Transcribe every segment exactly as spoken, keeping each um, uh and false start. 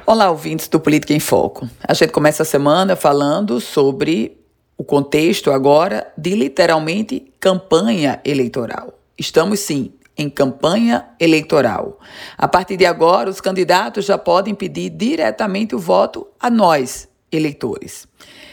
Olá, ouvintes do Política em Foco. A gente começa a semana falando sobre o contexto agora de literalmente campanha eleitoral. Estamos sim em campanha eleitoral. A partir de agora, os candidatos já podem pedir diretamente o voto a nós, eleitores.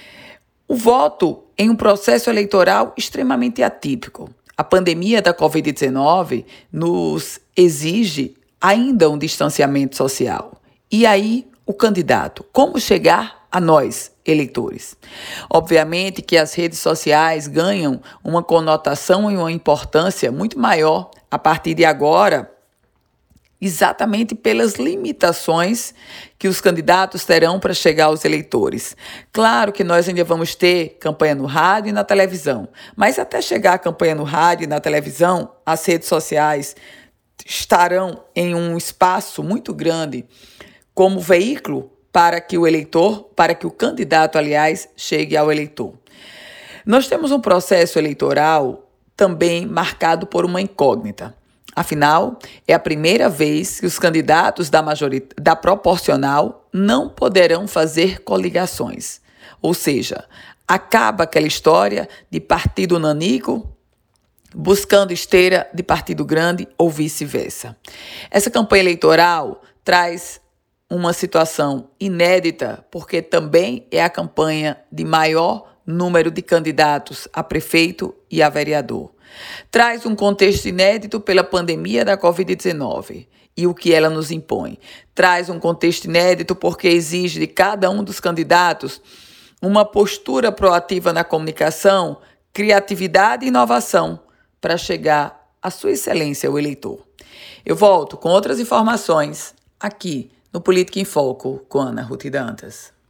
O voto em um processo eleitoral extremamente atípico. A pandemia da covid dezenove nos exige ainda um distanciamento social. E aí, o candidato, como chegar a nós, eleitores? Obviamente que as redes sociais ganham uma conotação e uma importância muito maior a partir de agora, exatamente pelas limitações que os candidatos terão para chegar aos eleitores. Claro que nós ainda vamos ter campanha no rádio e na televisão, mas até chegar a campanha no rádio e na televisão, as redes sociais estarão em um espaço muito grande como veículo para que o eleitor, para que o candidato, aliás, chegue ao eleitor. Nós temos um processo eleitoral também marcado por uma incógnita. Afinal, é a primeira vez que os candidatos da, majorit... da proporcional não poderão fazer coligações. Ou seja, acaba aquela história de partido nanico buscando esteira de partido grande ou vice-versa. Essa campanha eleitoral traz uma situação inédita, porque também é a campanha de maior número de candidatos a prefeito e a vereador. Traz um contexto inédito pela pandemia da covid dezenove e o que ela nos impõe. Traz um contexto inédito porque exige de cada um dos candidatos uma postura proativa na comunicação, criatividade e inovação para chegar à sua excelência, o eleitor. Eu volto com outras informações aqui no Política em Foco com Ana Ruth Dantas.